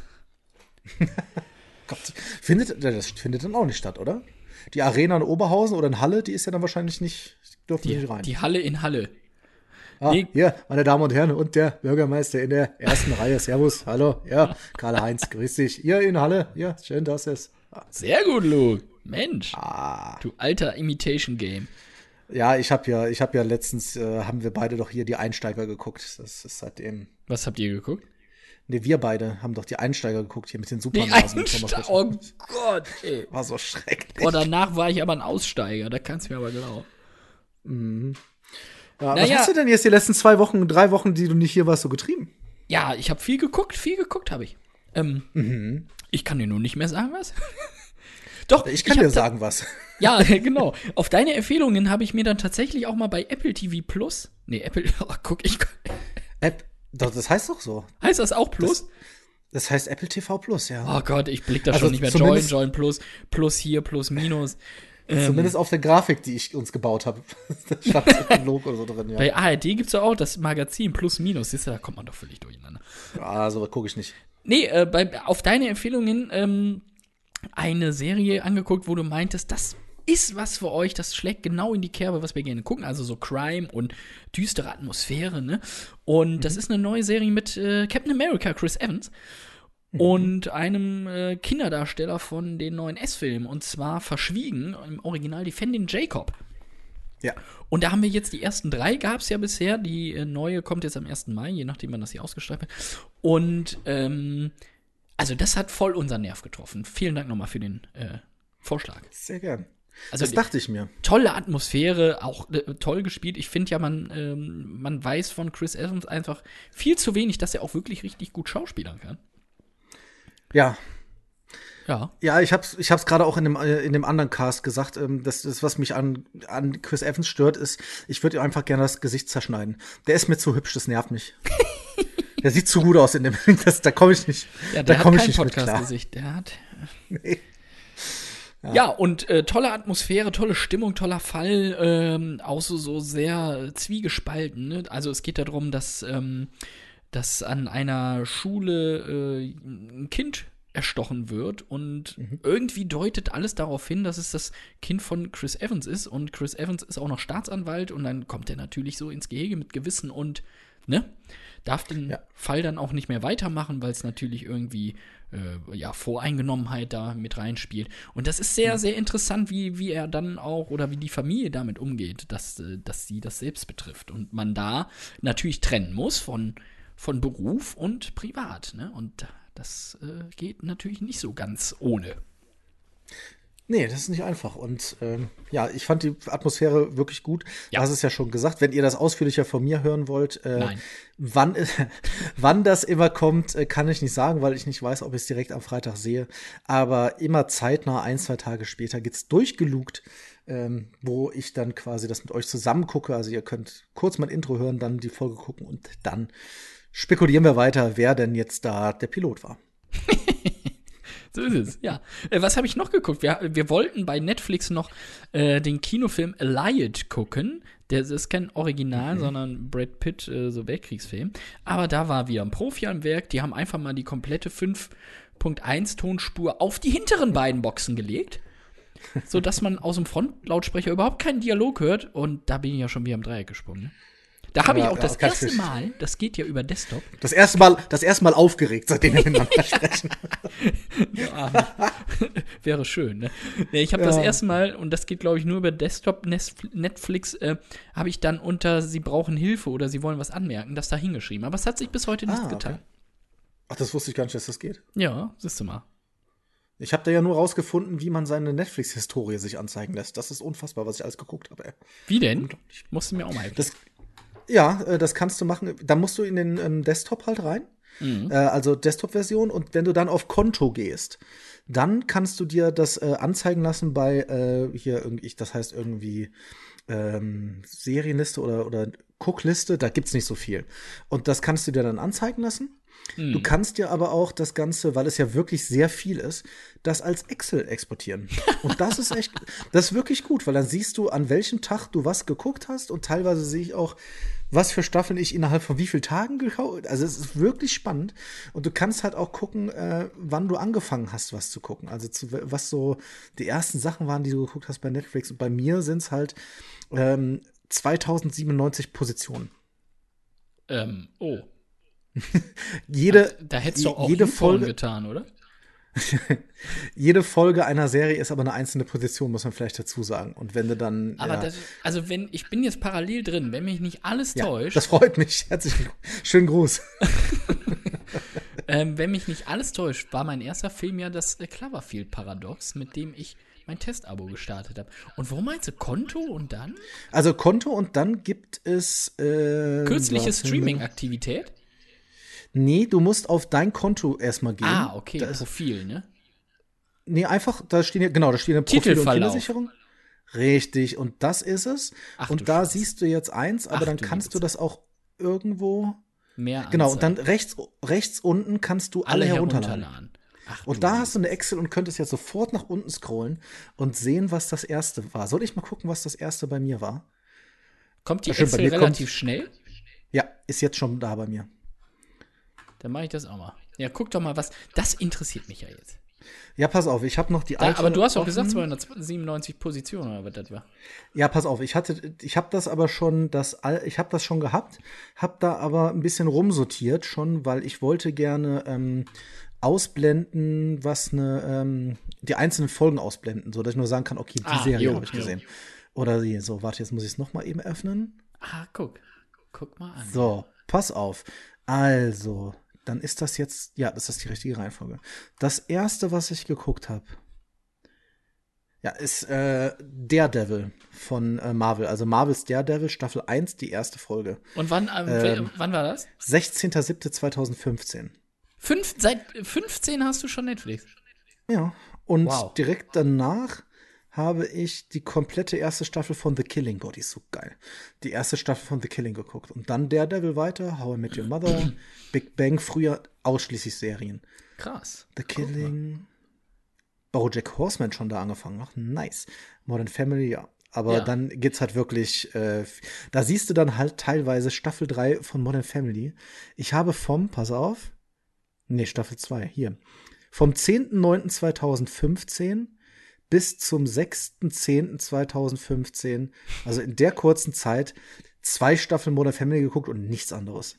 Gott, findet, das findet dann auch nicht statt, oder? Die Arena in Oberhausen oder in Halle, die ist ja dann wahrscheinlich nicht, dürfen wir Die, nicht rein. die Halle in Halle. ah, nee. Hier, meine Damen und Herren, und der Bürgermeister in der ersten Reihe, servus, hallo, ja, Karl-Heinz, grüß dich, ihr in Halle, ja, schön, dass es. Sehr gut, Luke. Mensch, Ah, du alter Imitation Game. ja, ich habe ja, ich habe ja letztens, äh, haben wir beide doch hier die Einsteiger geguckt, das ist seitdem. Was habt ihr geguckt? Ne, wir beide haben doch die Einsteiger geguckt hier mit den Die Supernasen. Einste- Oh Gott, ey. War so schrecklich. Boah, danach war ich aber ein Aussteiger, da kannst du mir aber glauben. ja, was naja. hast du denn jetzt die letzten zwei Wochen, drei Wochen, die du nicht hier warst, so getrieben? Ja, ich habe viel geguckt, viel geguckt habe ich. Ähm, Ich kann dir nur nicht mehr sagen, was. Doch, Ich kann hab dir ta- sagen, was. Ja, genau. Auf deine Empfehlungen habe ich mir dann tatsächlich auch mal bei Apple T V Plus. Nee, Apple. Oh, guck, ich. App, doch, das heißt doch so. Heißt das auch Plus? Das heißt Apple T V Plus, ja. Oh Gott, ich blick da Also schon nicht mehr. Join, zumindest- Join Plus, Plus hier, Plus Minus. Ähm, Zumindest auf der Grafik, die ich uns gebaut habe. Da stand so ein Logo so drin, ja. Bei A R D gibt's ja auch das Magazin Plus Minus. Siehst du, da kommt man doch völlig durcheinander. Also, gucke ich nicht. Nee, äh, bei, auf deine Empfehlungen ähm, eine Serie angeguckt, wo du meintest, das ist was für euch, das schlägt genau in die Kerbe, was wir gerne gucken, also so Crime und düstere Atmosphäre, ne? Und das ist eine neue Serie mit äh, Captain America, Chris Evans. und einem äh, Kinderdarsteller von den neuen S-Filmen. Und zwar Verschwiegen, im Original Defending Jacob. Ja. Und da haben wir jetzt die ersten drei, gab es ja bisher. Die äh, neue kommt jetzt am ersten Mai, je nachdem, wann das hier ausgestrahlt wird. Und ähm, also das hat voll unseren Nerv getroffen. Vielen Dank nochmal für den äh, Vorschlag. Sehr gern. Also das dachte ich mir. Tolle Atmosphäre, auch äh, toll gespielt. Ich finde ja, man, ähm, man weiß von Chris Evans einfach viel zu wenig, dass er auch wirklich richtig gut schauspielern kann. Ja. Ja. Ja, ich hab's, ich hab's gerade auch in dem, äh, in dem anderen Cast gesagt. Ähm, das, das, was mich an, an Chris Evans stört, ist, ich würde ihm einfach gerne das Gesicht zerschneiden. Der ist mir zu hübsch, das nervt mich. Der sieht zu gut aus in dem Film. Da komme ich nicht. Ja, da der komme hat ich kein nicht mit klar. Podcast-Gesicht. Der hat. Nee. Ja, ja und äh, tolle Atmosphäre, tolle Stimmung, toller Fall, ähm, auch so, so sehr zwiegespalten. Ne? Also es geht darum, dass, ähm, dass an einer Schule äh, ein Kind erstochen wird und mhm. irgendwie deutet alles darauf hin, dass es das Kind von Chris Evans ist und Chris Evans ist auch noch Staatsanwalt und dann kommt er natürlich so ins Gehege mit Gewissen und ne, darf den ja. Fall dann auch nicht mehr weitermachen, weil es natürlich irgendwie äh, ja, Voreingenommenheit da mit reinspielt. Und das ist sehr, sehr interessant, wie, wie er dann auch oder wie die Familie damit umgeht, dass, äh, dass sie das selbst betrifft. Und man da natürlich trennen muss von, von Beruf und Privat. Ne? Und das äh, geht natürlich nicht so ganz ohne. Nee, das ist nicht einfach. Und ähm, ja, ich fand die Atmosphäre wirklich gut. Ja. Du hast es ja schon gesagt. Wenn ihr das ausführlicher von mir hören wollt, äh, Nein. wann, wann das immer kommt, äh, kann ich nicht sagen, weil ich nicht weiß, ob ich es direkt am Freitag sehe. Aber immer zeitnah, ein, zwei Tage später, geht's durchgelugt, ähm, wo ich dann quasi das mit euch zusammen gucke. Also ihr könnt kurz mein Intro hören, dann die Folge gucken und dann spekulieren wir weiter, wer denn jetzt da der Pilot war. So ist es, ja. Äh, was habe ich noch geguckt? Wir, wir wollten bei Netflix noch äh, den Kinofilm Eliot gucken. Der ist kein Original, mhm. sondern Brad Pitt, äh, so Weltkriegsfilm. Aber da war wieder ein Profi am Werk. Die haben einfach mal die komplette fünf Punkt eins Tonspur auf die hinteren beiden Boxen gelegt, sodass man aus dem Frontlautsprecher überhaupt keinen Dialog hört. Und da bin ich ja schon wieder am Dreieck gesprungen. Ne? Da habe ich auch ja, das erste ich. Mal, das geht ja über Desktop. Das erste Mal, das erste Mal aufgeregt, seitdem wir miteinander sprechen. Ja, wäre schön, ne? Nee, ich habe ja. das erste Mal, und das geht, glaube ich, nur über Desktop, Netflix, äh, habe ich dann unter Sie brauchen Hilfe oder Sie wollen was anmerken, das da hingeschrieben. Aber es hat sich bis heute nichts ah, okay. getan. Ach, das wusste ich gar nicht, dass das geht. Ja, siehst du mal. Ich habe da ja nur rausgefunden, wie man seine Netflix-Historie sich anzeigen lässt. Das ist unfassbar, was ich alles geguckt habe. Ey. Wie denn? Musst du mir auch mal helfen. Das Ja, äh, das kannst du machen. Da musst du in den ähm, Desktop halt rein. Mhm. Äh, also Desktop-Version. Und wenn du dann auf Konto gehst, dann kannst du dir das äh, anzeigen lassen bei äh, hier irgendwie, das heißt irgendwie ähm, Serienliste oder, oder Cookliste. Da gibt's nicht so viel. Und das kannst du dir dann anzeigen lassen. Mhm. Du kannst dir aber auch das Ganze, weil es ja wirklich sehr viel ist, das als Excel exportieren. Und das ist echt, das ist wirklich gut, weil dann siehst du, an welchem Tag du was geguckt hast und teilweise sehe ich auch, was für Staffeln ich innerhalb von wie vielen Tagen geschaut. Also es ist wirklich spannend und du kannst halt auch gucken, äh, wann du angefangen hast, was zu gucken. Also zu, was so die ersten Sachen waren, die du geguckt hast bei Netflix. Und bei mir sind es halt ähm, zweitausendsiebenundneunzig Positionen. Ähm, oh. jede, da, da hättest du auch jede Folge getan, oder? Jede Folge einer Serie ist aber eine einzelne Position, muss man vielleicht dazu sagen. Und wenn du dann. Aber ja, das, also wenn, ich bin jetzt parallel drin, wenn mich nicht alles ja, täuscht. Das freut mich. Herzlichen schönen Gruß. ähm, wenn mich nicht alles täuscht, war mein erster Film ja das äh, Cloverfield-Paradox, mit dem ich mein Testabo gestartet habe. Und warum meinst du Konto und dann? Also Konto und dann gibt es äh, Kürzliche Streaming-Aktivität? Nee, du musst auf dein Konto erstmal gehen. Ah, okay, da ist, Profil, ne? Nee, einfach, da stehen ja, genau, da steht eine Profil- und Kindersicherung. Richtig, und das ist es. Ach, und da Scheiße. Siehst du jetzt eins, aber Ach, dann kannst du das auch irgendwo mehr Genau, und dann rechts, rechts unten kannst du alle, alle herunterladen. herunterladen. Ach, und da hast du eine Excel und könntest jetzt sofort nach unten scrollen und sehen, was das erste war. Soll ich mal gucken, was das erste bei mir war? Kommt die Excel relativ schnell? Ja, ist jetzt schon da bei mir. Dann mache ich das auch mal. Ja, guck doch mal, was. Das interessiert mich ja jetzt. Ja, pass auf, ich habe noch die alte. Da, aber du hast doch gesagt zweihundertsiebenundneunzig Positionen oder was das war. Ja, pass auf, ich hatte, ich habe das aber schon, das, ich habe das schon gehabt, habe da aber ein bisschen rumsortiert schon, weil ich wollte gerne ähm, ausblenden, was eine, ähm, die einzelnen Folgen ausblenden, sodass ich nur sagen kann, okay, die Ah, Serie jo, habe ich jo. gesehen. Oder die, so, warte, jetzt muss ich es noch mal eben öffnen. Ah, guck. Guck mal an. So, pass auf. Also, dann ist das jetzt, ja, das ist die richtige Reihenfolge. Das erste, was ich geguckt habe, ja, ist äh, Daredevil von äh, Marvel. Also Marvels Daredevil, Staffel eins, die erste Folge. Und wann, ähm, Ähm, wann war das? sechzehnter siebter zweitausendfünfzehn. Fünf, seit fünfzehn hast du schon Netflix. Ja, und Wow. direkt danach habe ich die komplette erste Staffel von The Killing, boah, die ist so geil, die erste Staffel von The Killing geguckt. Und dann Daredevil weiter, How I Met Your Mother, Big Bang, früher ausschließlich Serien. Krass. The Killing, BoJack Horseman schon da angefangen. Ach, nice. Modern Family, ja. Aber Ja. dann geht's halt wirklich, äh, da siehst du dann halt teilweise Staffel drei von Modern Family. Ich habe vom, pass auf, nee, Staffel zwei, hier. Vom zehnten neunten zweitausendfünfzehn bis zum sechsten zehnten zweitausendfünfzehn, also in der kurzen Zeit, zwei Staffeln Modern Family geguckt und nichts anderes.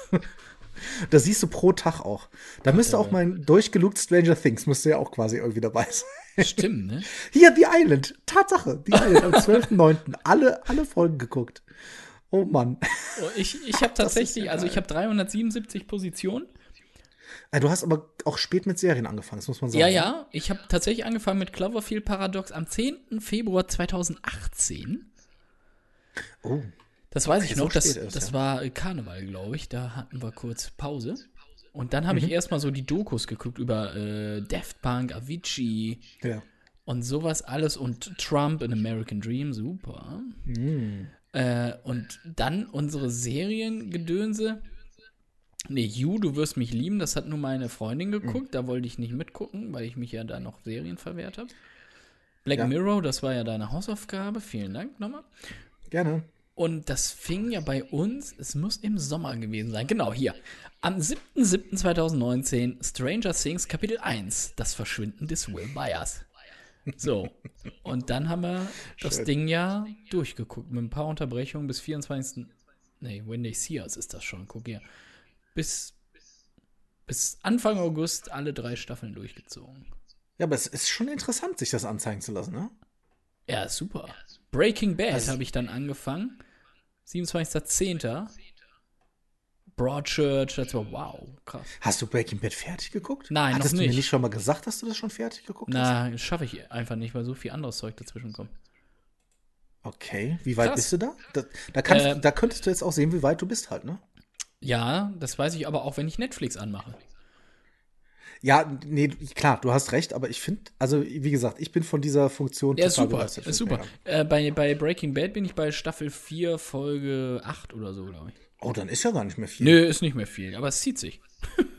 Das siehst du pro Tag auch. Da müsste auch mein durchgelugt Stranger Things, müsste ja auch quasi irgendwie dabei sein. Stimmt, ne? Hier, The Island. Tatsache, The Island am zwölften neunten Alle, alle Folgen geguckt. Oh Mann. Oh, ich ich habe tatsächlich, ja also geil. ich habe dreihundertsiebenundsiebzig Positionen. Äh, Du hast aber auch spät mit Serien angefangen, das muss man sagen. Ja, ja. Ich habe tatsächlich angefangen mit Cloverfield Paradox am zehnten Februar zweitausendachtzehn. Oh. Das weiß ich Okay, so noch, das, spät erst, das ja. war äh, Karneval, glaube ich. Da hatten wir kurz Pause. Und dann habe Mhm. ich erstmal so die Dokus geguckt über äh, Daft Punk, Avicii Ja. und sowas alles und Trump in American Dream, super. Mm. Äh, und dann unsere Seriengedönse. Nee, You, du wirst mich lieben, das hat nur meine Freundin geguckt. Da wollte ich nicht mitgucken, weil ich mich ja da noch Serien verwehrt habe. Black Ja. Mirror, das war ja deine Hausaufgabe. Vielen Dank nochmal. Gerne. Und das fing ja bei uns, es muss im Sommer gewesen sein. Genau, hier. Am siebten siebten zweitausendneunzehn Stranger Things Kapitel eins. Das Verschwinden des Will Byers. So. Und dann haben wir das Schön. Ding ja durchgeguckt. Mit ein paar Unterbrechungen bis vierundzwanzigsten Nee, When They See Us ist das schon. Guck hier. Bis, bis Anfang August alle drei Staffeln durchgezogen. Ja, aber es ist schon interessant, sich das anzeigen zu lassen, ne? Ja, ist super. Breaking Bad Also- habe ich dann angefangen. siebenundzwanzigster zehnter Broadchurch, das war wow, krass. Hast du Breaking Bad fertig geguckt? Nein, Hattest noch du mir nicht. nicht schon mal gesagt, dass du das schon fertig geguckt hast? Na, schaffe ich einfach nicht, weil so viel anderes Zeug dazwischen kommt. Okay, wie weit Krass. bist du da? Da, da, kannst, Äh, da könntest du jetzt auch sehen, wie weit du bist halt, ne? Ja, das weiß ich aber auch, wenn ich Netflix anmache. Ja, nee, klar, du hast recht, aber ich finde, also wie gesagt, ich bin von dieser Funktion Ja, ist super, begeistert. ist super. Äh, bei, bei Breaking Bad bin ich bei Staffel vier, Folge acht oder so, glaube ich. Oh, dann ist ja gar nicht mehr viel. Nö, ist nicht mehr viel, aber es zieht sich.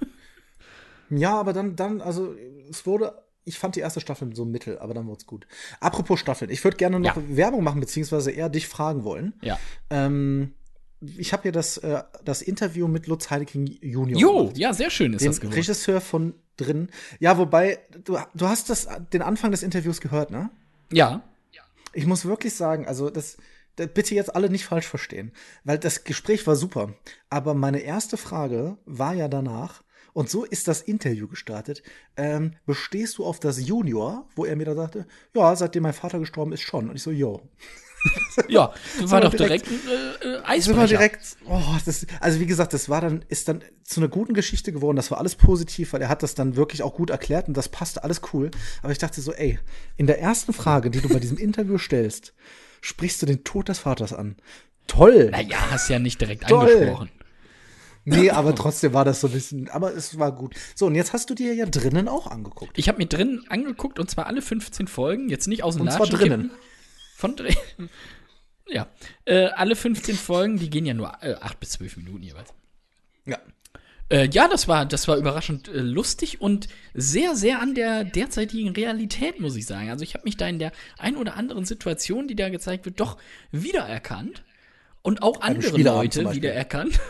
Ja, aber dann, dann, also es wurde, ich fand die erste Staffel so mittel, aber dann wurde es gut. Apropos Staffeln, ich würde gerne noch Ja. Werbung machen, beziehungsweise eher dich fragen wollen. Ja. Ähm, ich habe ja das, äh, das Interview mit Lutz Heideking Junior Jo, gemacht. ja, sehr schön ist Den das geworden. Regisseur von drin. Ja, wobei, du, du hast das, den Anfang des Interviews gehört, ne? Ja, Ich muss wirklich sagen, also das, das bitte jetzt alle nicht falsch verstehen, weil das Gespräch war super. Aber meine erste Frage war ja danach, und so ist das Interview gestartet, ähm, bestehst du auf das Junior, wo er mir da sagte, ja, seitdem mein Vater gestorben ist, schon. Und ich so, yo. ja, du war wir doch direkt, direkt- ein äh, äh, Sind wir Eisbrecher. direkt, oh, das, also wie gesagt, das war dann, ist dann zu einer guten Geschichte geworden, das war alles positiv, weil er hat das dann wirklich auch gut erklärt und das passte alles cool. Aber ich dachte so, ey, in der ersten Frage, die du bei diesem Interview stellst, sprichst du den Tod des Vaters an. Toll! Naja, hast ja nicht direkt Toll. angesprochen. Nee, aber trotzdem war das so ein bisschen, aber es war gut. So, und jetzt hast du dir ja drinnen auch angeguckt. Ich habe mir drinnen angeguckt und zwar alle fünfzehn Folgen, jetzt nicht aus dem Und zwar Latschen drinnen. kippen. Von drinnen. Ja, äh, alle fünfzehn Folgen, die gehen ja nur äh, acht bis zwölf Minuten jeweils. Ja. Äh, ja, das war, das war überraschend äh, lustig und sehr, sehr an der derzeitigen Realität, muss ich sagen. Also ich habe mich da in der ein oder anderen Situation, die da gezeigt wird, doch wiedererkannt. Und auch Einem andere Spieleabend zum Leute Beispiel. wiedererkannt.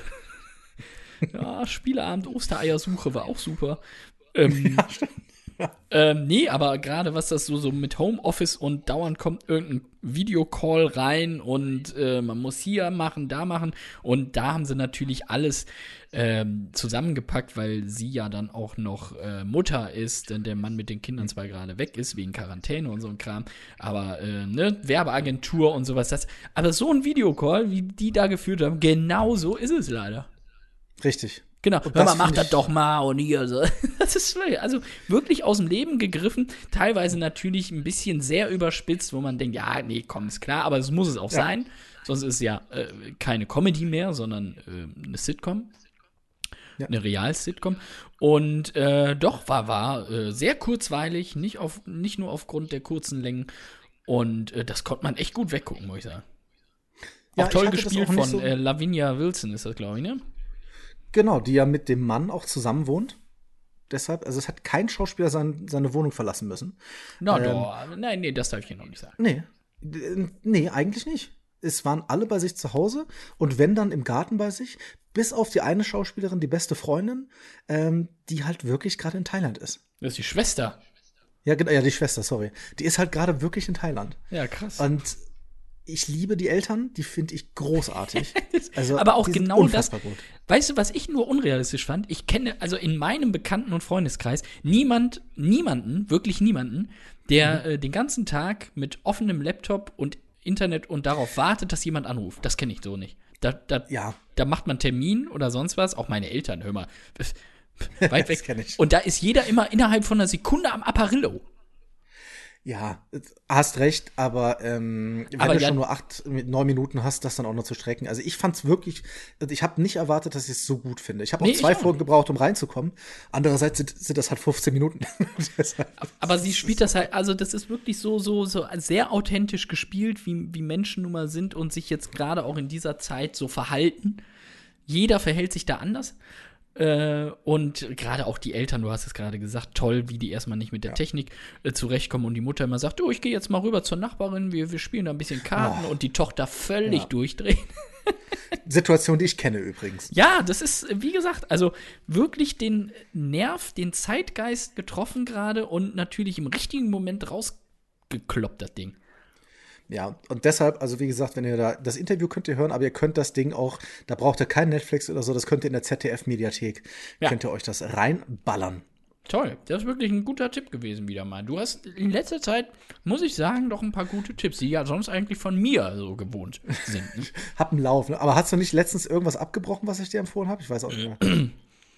Ja, Spieleabend, Ostereiersuche war auch super. Ähm, ähm, nee, aber gerade was das so, so mit Homeoffice und dauernd kommt irgendein Videocall rein und äh, man muss hier machen, da machen. Und da haben sie natürlich alles ähm, zusammengepackt, weil sie ja dann auch noch äh, Mutter ist, denn der Mann mit den Kindern zwar gerade weg ist, wegen Quarantäne und so ein Kram, aber äh, ne, Werbeagentur und sowas. Das, aber so ein Videocall, wie die da geführt haben, genau so ist es leider. Richtig. Genau, Und hör das mal, mach find das ich- doch mal und hier so. Das ist wirklich- also wirklich aus dem Leben gegriffen, teilweise natürlich ein bisschen sehr überspitzt, wo man denkt, ja, nee, komm, ist klar, aber es muss es auch Ja. sein. Sonst ist es ja äh, keine Comedy mehr, sondern äh, eine Sitcom. Ja. Eine Real-Sitcom. Und äh, doch, war, war äh, sehr kurzweilig, nicht, auf, nicht nur aufgrund der kurzen Längen. Und äh, das konnte man echt gut weggucken, muss ich sagen. Ja, auch ich toll hatte das gespielt auch nicht von so- äh, Lavinia Wilson ist das, glaube ich, ne? Genau, die ja mit dem Mann auch zusammen wohnt. Deshalb, also es hat kein Schauspieler sein, seine Wohnung verlassen müssen. Na Ähm, doch, nein, nee, das darf ich hier noch nicht sagen. Nee. D- Nee, eigentlich nicht. Es waren alle bei sich zu Hause und wenn dann im Garten bei sich, bis auf die eine Schauspielerin, die beste Freundin, ähm, die halt wirklich gerade in Thailand ist. Das ist die Schwester. Ja, genau, ja, die Schwester, sorry. Die ist halt gerade wirklich in Thailand. Ja, krass. Und ich liebe die Eltern, die finde ich großartig. Also, Aber auch die sind genau das. unfassbar gut. Weißt du, was ich nur unrealistisch fand? Ich kenne also in meinem Bekannten- und Freundeskreis niemand, niemanden, wirklich niemanden, der Mhm. äh, den ganzen Tag mit offenem Laptop und Internet und darauf wartet, dass jemand anruft. Das kenne ich so nicht. Da, da, Ja. da macht man Termin oder sonst was. Auch meine Eltern, hör mal. Weit weg. Das kenn ich. Und da ist jeder immer innerhalb von einer Sekunde am Apparillo. Ja, hast recht, aber ähm, wenn Aber du ja- schon nur acht, neun Minuten hast, das dann auch noch zu strecken. Also ich fand's wirklich, also ich habe nicht erwartet, dass ich es so gut finde. Ich habe Nee, auch ich zwei auch Folgen gebraucht, um reinzukommen. Andererseits sind, sind das halt fünfzehn Minuten. Deshalb- Aber sie spielt das halt, also das ist wirklich so, so, so sehr authentisch gespielt, wie, wie Menschen nun mal sind und sich jetzt gerade auch in dieser Zeit so verhalten. Jeder verhält sich da anders. Äh, und gerade auch die Eltern, du hast es gerade gesagt, toll, wie die erstmal nicht mit der Technik äh, zurechtkommen und die Mutter immer sagt, du, ich gehe jetzt mal rüber zur Nachbarin, wir, wir spielen da ein bisschen Karten Oh. und die Tochter völlig Ja. durchdreht. Situation, die ich kenne übrigens. Ja, das ist, wie gesagt, also wirklich den Nerv, den Zeitgeist getroffen gerade und natürlich im richtigen Moment rausgekloppt, das Ding. Ja, und deshalb, also wie gesagt, wenn ihr da, das Interview könnt ihr hören, aber ihr könnt das Ding auch, da braucht ihr kein Netflix oder so, das könnt ihr in der Z D F-Mediathek, Ja. könnt ihr euch das reinballern. Toll, das ist wirklich ein guter Tipp gewesen wieder mal. Du hast in letzter Zeit, muss ich sagen, doch ein paar gute Tipps, die ja sonst eigentlich von mir so gewohnt sind. Ne? Hab einen Lauf, ne? Aber hast du nicht letztens irgendwas abgebrochen, was ich dir empfohlen habe? Ich weiß auch nicht mehr.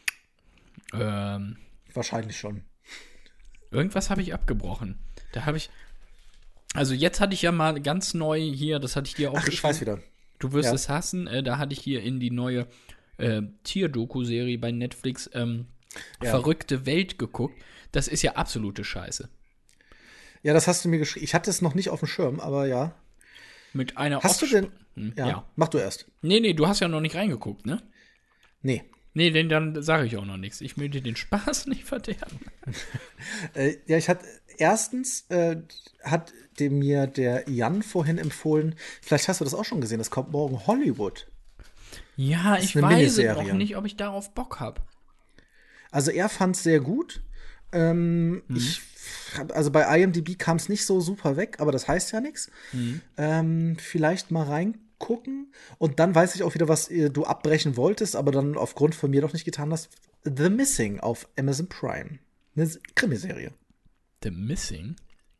ähm, Wahrscheinlich schon. irgendwas habe ich abgebrochen. Da habe ich, also jetzt hatte ich ja mal ganz neu hier, das hatte ich dir auch Ach, ich weiß wieder. Du wirst Ja. es hassen. Äh, da hatte ich hier in die neue äh, Tier-Doku-Serie bei Netflix ähm, Ja. Verrückte Welt geguckt. Das ist ja absolute Scheiße. Ja, das hast du mir geschrieben. Ich hatte es noch nicht auf dem Schirm, aber ja. Mit einer Hast du Offsp- denn? Hm, Ja, ja. mach du erst. Nee, nee, du hast ja noch nicht reingeguckt, ne? Nee. Nee, denn dann sage ich auch noch nichts. Ich will dir den Spaß nicht verderben. Äh, ja, ich hatte erstens äh, hat dem mir der Jan vorhin empfohlen, vielleicht hast du das auch schon gesehen, das kommt morgen Hollywood. Ja, ist ich eine weiß Miniserie. auch nicht, ob ich darauf Bock habe. Also er fand es sehr gut. Ähm, Ich hab, also bei I M D B kam es nicht so super weg, aber das heißt ja nichts. Ähm, vielleicht mal reingucken und dann weiß ich auch wieder, was äh, du abbrechen wolltest, aber dann aufgrund von mir doch nicht getan hast. The Missing auf Amazon Prime. Eine S- Krimiserie. The Missing?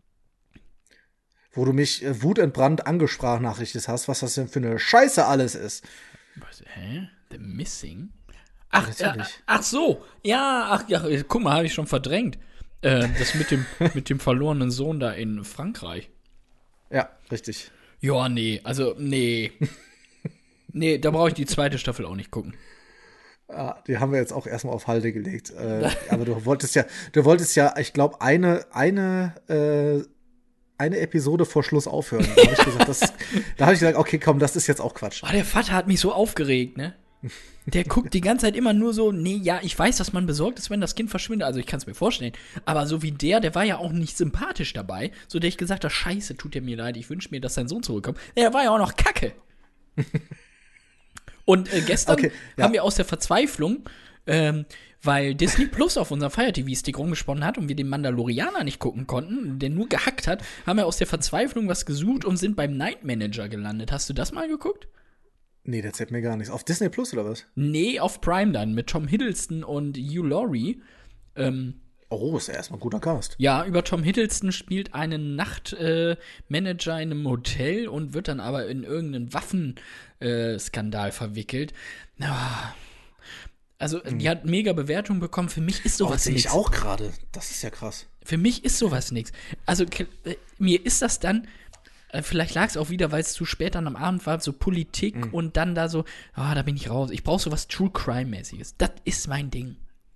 Wo du mich äh, wutentbrannt angesprachnachrichtet hast, was das denn für eine Scheiße alles ist. Was, hä? The Missing? Ach, natürlich. äh, ach so. Ja, ach ja, guck mal, habe ich schon verdrängt. Äh, das mit dem, mit dem verlorenen Sohn da in Frankreich. Ja, richtig. Ja, nee, also, nee. Nee, da brauche ich die zweite Staffel auch nicht gucken. Ah, die haben wir jetzt auch erstmal auf Halde gelegt. Äh, aber du wolltest ja, du wolltest ja, ich glaube, eine, eine, äh, eine Episode vor Schluss aufhören. Da habe ich gesagt, das, da habe ich gesagt, okay, komm, das ist jetzt auch Quatsch. Oh, der Vater hat mich so aufgeregt, ne? Der guckt die ganze Zeit immer nur so, nee, ja, ich weiß, dass man besorgt ist, wenn das Kind verschwindet. Also ich kann es mir vorstellen. Aber so wie der, der war ja auch nicht sympathisch dabei. So der ich gesagt habe, scheiße, tut er mir leid, ich wünsche mir, dass sein Sohn zurückkommt. Der war ja auch noch kacke. Und äh, gestern Okay, ja. haben wir aus der Verzweiflung ähm, weil Disney Plus auf unserem Fire T V-Stick rumgesponnen hat und wir den Mandalorianer nicht gucken konnten, der nur gehackt hat, haben wir aus der Verzweiflung was gesucht und sind beim Night Manager gelandet. Hast du das mal geguckt? Nee, der zählt mir gar nichts. Auf Disney Plus oder was? Nee, auf Prime dann, mit Tom Hiddleston und Hugh Laurie. Ähm, Oh, ist ja erstmal ein guter Cast. Ja, über Tom Hiddleston spielt einen Nachtmanager äh, Manager in einem Hotel und wird dann aber in irgendeinen Waffenskandal äh, verwickelt. Ah. Also, mhm. die hat mega Bewertung bekommen. Für mich ist sowas oh, nichts. Ich auch gerade. Das ist ja krass. Für mich ist sowas nichts. Also, äh, mir ist das dann, äh, vielleicht lag es auch wieder, weil es zu spät dann am Abend war, so Politik mhm. und dann da so, ah, da bin ich raus. Ich brauche sowas True Crime-mäßiges. Das ist mein Ding.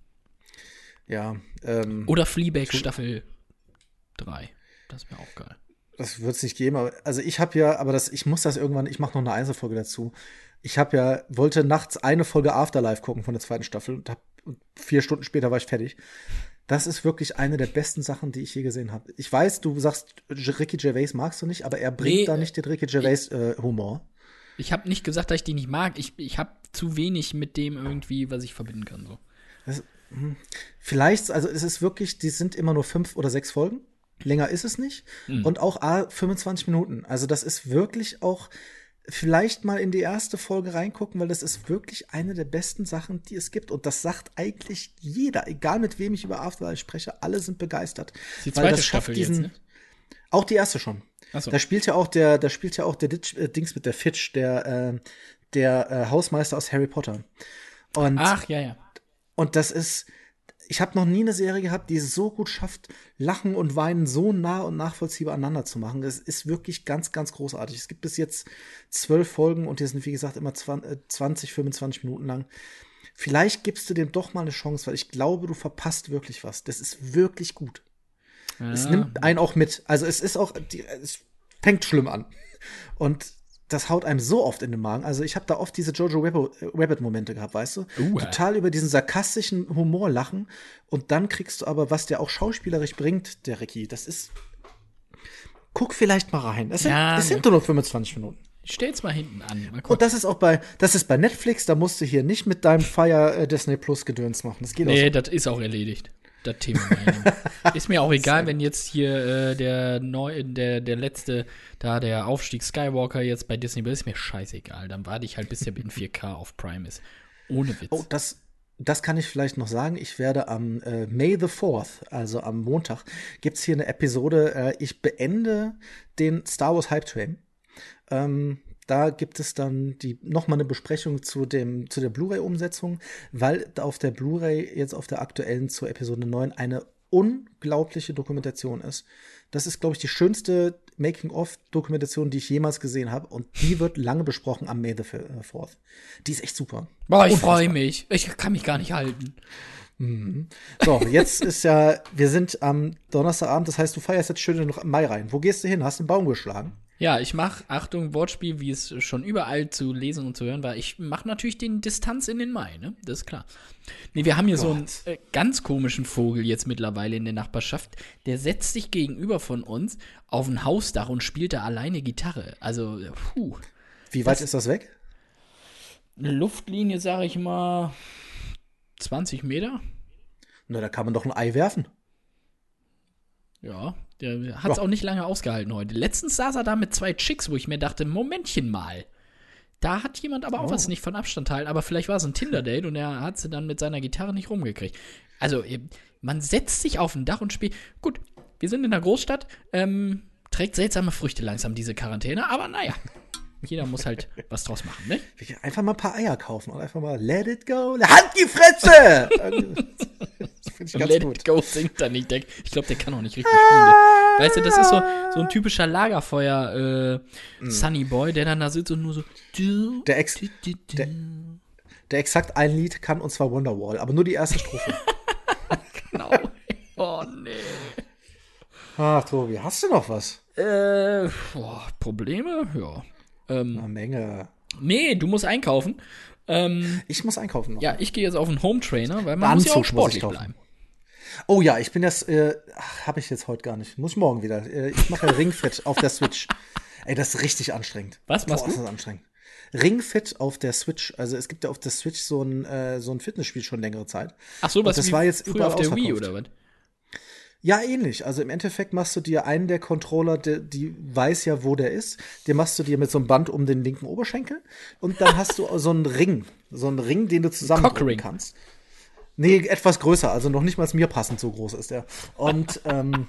Ja, ähm. Oder Fleabag Staffel drei. Das wäre auch geil. Das wird es nicht geben, aber also ich habe ja, aber das, ich muss das irgendwann, ich mache noch eine Einzelfolge dazu. Ich habe ja, wollte nachts eine Folge Afterlife gucken von der zweiten Staffel und hab, vier Stunden später war ich fertig. Das ist wirklich eine der besten Sachen, die ich je gesehen habe. Ich weiß, du sagst, Ricky Gervais magst du nicht, aber er bringt nee, da nicht den Ricky Gervais äh, Humor. Ich habe nicht gesagt, dass ich den nicht mag. Ich, ich habe zu wenig mit dem irgendwie, was ich verbinden kann. So. Das, Vielleicht, also es ist wirklich, die sind immer nur fünf oder sechs Folgen. Länger ist es nicht. Mhm. Und auch ah, fünfundzwanzig Minuten. Also das ist wirklich auch, vielleicht mal in die erste Folge reingucken, weil das ist wirklich eine der besten Sachen, die es gibt. Und das sagt eigentlich jeder, egal mit wem ich über Afterlife spreche, alle sind begeistert. Die zweite Staffel diesen, jetzt, ne? Auch die erste schon. Ach so. Da spielt ja auch der, da spielt ja auch der Ditch, äh, Dings mit der Fitch, der, äh, der äh, Hausmeister aus Harry Potter. Und Ach, ja, ja. Und das ist, ich habe noch nie eine Serie gehabt, die es so gut schafft, Lachen und Weinen so nah und nachvollziehbar aneinander zu machen. Das ist wirklich ganz, ganz großartig. Es gibt bis jetzt zwölf Folgen und die sind, wie gesagt, immer zwanzig, fünfundzwanzig Minuten lang. Vielleicht gibst du dem doch mal eine Chance, weil ich glaube, du verpasst wirklich was. Das ist wirklich gut. Ja. Es nimmt einen auch mit. Also es ist auch, es fängt schlimm an. Und das haut einem so oft in den Magen. Also ich habe da oft diese Jojo Rabbit-Momente gehabt, weißt du? Uh, Total über diesen sarkastischen Humor lachen. Und dann kriegst du aber, was der auch schauspielerisch bringt, der Ricky, das ist. Guck vielleicht mal rein. Es sind, ja, es sind nur noch fünfundzwanzig Minuten. Ich stell's mal hinten an. Mal und das ist auch bei, das ist bei Netflix, da musst du hier nicht mit deinem Fire äh, Disney Plus Gedöns machen. Das geht nee, auch so. Das ist auch erledigt. Das Thema. Ist mir auch egal, wenn jetzt hier äh, der neu, der der letzte, da der Aufstieg Skywalker jetzt bei Disney ist, mir scheißegal. Dann warte ich halt, bis der in vier K auf Prime ist. Ohne Witz. Oh, das, das kann ich vielleicht noch sagen. Ich werde am äh, May the fourth, also am Montag, gibt's hier eine Episode. Äh, ich beende den Star Wars Hype Train. Ähm, Da gibt es dann die noch mal eine Besprechung zu dem zu der Blu-ray-Umsetzung, weil auf der Blu-ray jetzt auf der aktuellen zur Episode neun eine unglaubliche Dokumentation ist. Das ist, glaube ich, die schönste Making-of-Dokumentation, die ich jemals gesehen habe. Und die wird lange besprochen am May the fourth. Die ist echt super. Boah, ich freue mich. Ich kann mich gar nicht halten. Mhm. So, jetzt ist ja, wir sind am Donnerstagabend, das heißt, du feierst jetzt schön noch Mai rein. Wo gehst du hin? Hast du einen Baum geschlagen? Ja, ich mach, Achtung, Wortspiel, wie es schon überall zu lesen und zu hören war, ich mach natürlich den Distanz in den Mai, ne? Das ist klar. Nee, wir haben hier Gott. so einen äh, ganz komischen Vogel jetzt mittlerweile in der Nachbarschaft, der setzt sich gegenüber von uns auf ein Hausdach und spielt da alleine Gitarre. Also, puh. Wie weit das, ist das weg? Eine Luftlinie, sage ich mal, zwanzig Meter. Na, da kann man doch ein Ei werfen. Ja, der hat es auch nicht lange ausgehalten heute. Letztens saß er da mit zwei Chicks, wo ich mir dachte, Momentchen mal. Da hat jemand aber auch oh. was nicht von Abstand halten, aber vielleicht war es ein Tinder-Date und er hat sie dann mit seiner Gitarre nicht rumgekriegt. Also, man setzt sich auf ein Dach und spielt. Gut, wir sind in der Großstadt, ähm, trägt seltsame Früchte langsam diese Quarantäne, aber naja. Jeder muss halt was draus machen, ne? Einfach mal ein paar Eier kaufen und einfach mal let it go, Hand die Fresse! Das finde ich ganz let gut. Let it go singt er nicht. Der, ich glaube, der kann auch nicht richtig spielen. Der, weißt du, das ist so, so ein typischer Lagerfeuer äh, mm. Sunny Boy, der dann da sitzt und nur so der, ex der, der exakt ein Lied kann, und zwar Wonderwall, aber nur die erste Strophe. Genau. Oh, nee. Ach, Tobi, hast du noch was? Äh, boah, Probleme? Ja. Ähm, Eine Menge. Nee, du musst einkaufen. Ähm, ich muss einkaufen noch. Ja, ich gehe jetzt auf einen Home Trainer, weil man muss ja auch sportlich bleiben. Oh ja, ich bin das, äh, habe ich jetzt heute gar nicht. Muss ich morgen wieder. Äh, ich mache Ring Fit auf der Switch. Ey, das ist richtig anstrengend. Was machst Boah, du? Das ist anstrengend. Ring Fit auf der Switch. Also es gibt ja auf der Switch so ein, äh, so ein Fitnessspiel schon längere Zeit. Ach so, was das wie war jetzt früher überall auf der Wii ausverkauft. oder was? Ja, ähnlich. Also im Endeffekt machst du dir einen der Controller, der, die weiß ja, wo der ist. Den machst du dir mit so einem Band um den linken Oberschenkel. Und dann hast du so einen Ring. So einen Ring, den du zusammenbringen kannst. Nee, etwas größer. Also noch nicht mal mir passend so groß ist der. Und ähm,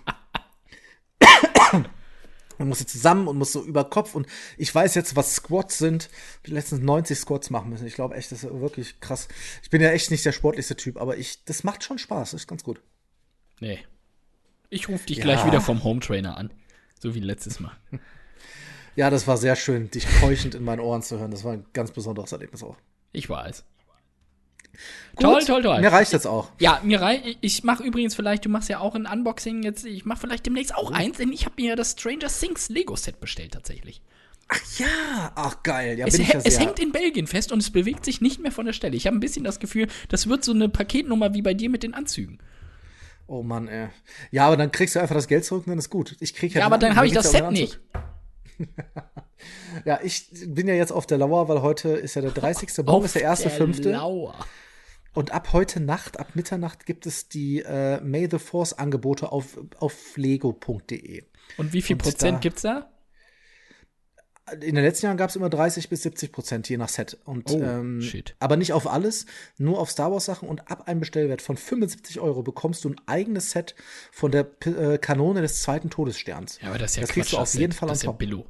man muss sie zusammen und muss so über Kopf. Und ich weiß jetzt, was Squats sind. Ich habe letztens neunzig Squats machen müssen. Ich glaube echt, das ist wirklich krass. Ich bin ja echt nicht der sportlichste Typ, aber ich, das macht schon Spaß. Das ist ganz gut. Nee. Ich rufe dich Ja. gleich wieder vom Hometrainer an. So wie letztes Mal. Ja, das war sehr schön, dich keuchend in meinen Ohren zu hören. Das war ein ganz besonderes Erlebnis auch. Ich weiß. Gut, Toll, toll, toll. Mir reicht jetzt auch. Ja, mir reicht. Ich mache übrigens vielleicht, du machst ja auch ein Unboxing jetzt. Ich mache vielleicht demnächst auch eins, denn ich habe mir ja das Stranger Things Lego-Set bestellt tatsächlich. Ach ja, ach geil. Ja, Es, bin ich ja es sehr. hängt in Belgien fest und es bewegt sich nicht mehr von der Stelle. Ich habe ein bisschen das Gefühl, das wird so eine Paketnummer wie bei dir mit den Anzügen. Oh Mann, ey. Ja, aber dann kriegst du einfach das Geld zurück und dann ist gut. Ich krieg ja, Ja, den aber dann Anzug. habe ich Mir das geht's ja Set um den nicht. Anzug. Ja, ich bin ja jetzt auf der Lauer, weil heute ist ja der dreißigste Morgen ist der erste fünfte Lauer. Und ab heute Nacht, ab Mitternacht gibt es die äh, May the Force Angebote auf, auf lego punkt de. Und wie viel Und Prozent da- gibt's da? In den letzten Jahren gab es immer dreißig bis siebzig Prozent, je nach Set. Und, Oh, ähm, shit. Aber nicht auf alles, nur auf Star Wars Sachen. Und ab einem Bestellwert von fünfundsiebzig Euro bekommst du ein eigenes Set von der P äh, Kanone des zweiten Todessterns. Ja, aber das ist ja Das kriegst Quatsch, du auf das jeden Set. Fall Das on ist ja top. Billo.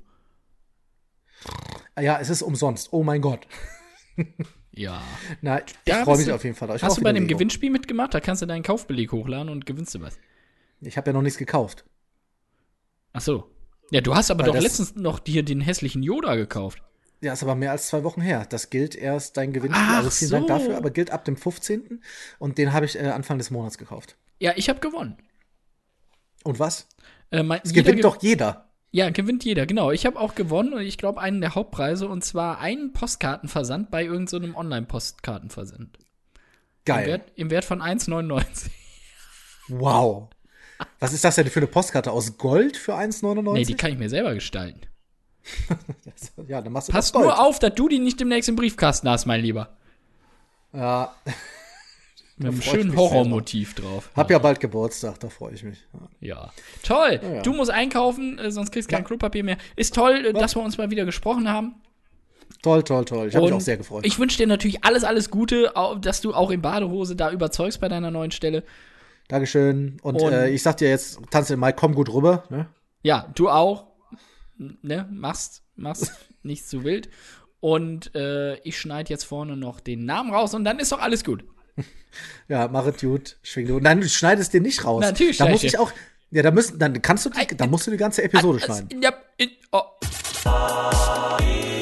Ah ja, es ist umsonst. Oh mein Gott. Ja. Na, ich Da freue bist mich du- auf jeden Fall. Ich Hast brauch du bei wieder dem Lego. Gewinnspiel mitgemacht? Da kannst du deinen Kaufbeleg hochladen und gewinnst du was. Ich habe ja noch nichts gekauft. Ach so. Ja, du hast aber Weil doch das- letztens noch dir den hässlichen Yoda gekauft. Ja, ist aber mehr als zwei Wochen her. Das gilt erst dein Gewinnspiel. Ach Also vielen so. Dank dafür, aber gilt ab dem fünfzehnten Und den habe ich äh, Anfang des Monats gekauft. Ja, ich habe gewonnen. Und was? Äh, mein, Es jeder gewinnt ge- doch jeder. Ja, gewinnt jeder, genau. Ich habe auch gewonnen und ich glaube einen der Hauptpreise und zwar einen Postkartenversand bei irgendeinem so Online-Postkartenversand. Im Geil. Wert, Im Wert von eins neunundneunzig. Wow. Was ist das denn für eine Postkarte? Aus Gold für eins Nee, neunundneunzig? die kann ich mir selber gestalten. Ja, dann machst du Pass das Gold. nur auf, dass du die nicht demnächst im Briefkasten hast, mein Lieber. Ja, Mit einem freu ich schönen mich Horrormotiv drauf. hab ja bald Geburtstag, da freue ich mich. Ja. Ja. Toll. Ja, ja. Du musst einkaufen, äh, sonst kriegst du kein Ja. Klopapier mehr. Ist toll, äh, dass wir uns mal wieder gesprochen haben. Toll, toll, toll. Ich habe mich Und auch sehr gefreut. Ich wünsche dir natürlich alles, alles Gute, au- dass du auch in Badehose da überzeugst bei deiner neuen Stelle. Dankeschön. Und, Und- äh, ich sag dir jetzt, tanze den Mai, komm gut rüber. Ne? Ja, du auch. Ne, machst, machst nicht zu wild. Und äh, ich schneide jetzt vorne noch den Namen raus und dann ist doch alles gut. Ja, mach es gut. Schwing du. Nein, du schneidest den nicht raus. Natürlich Da schneid muss ich ich auch. Ja, da müssen, dann kannst du, die, Ei, dann musst du die ganze Episode Ah, schneiden. Ja, in, oh.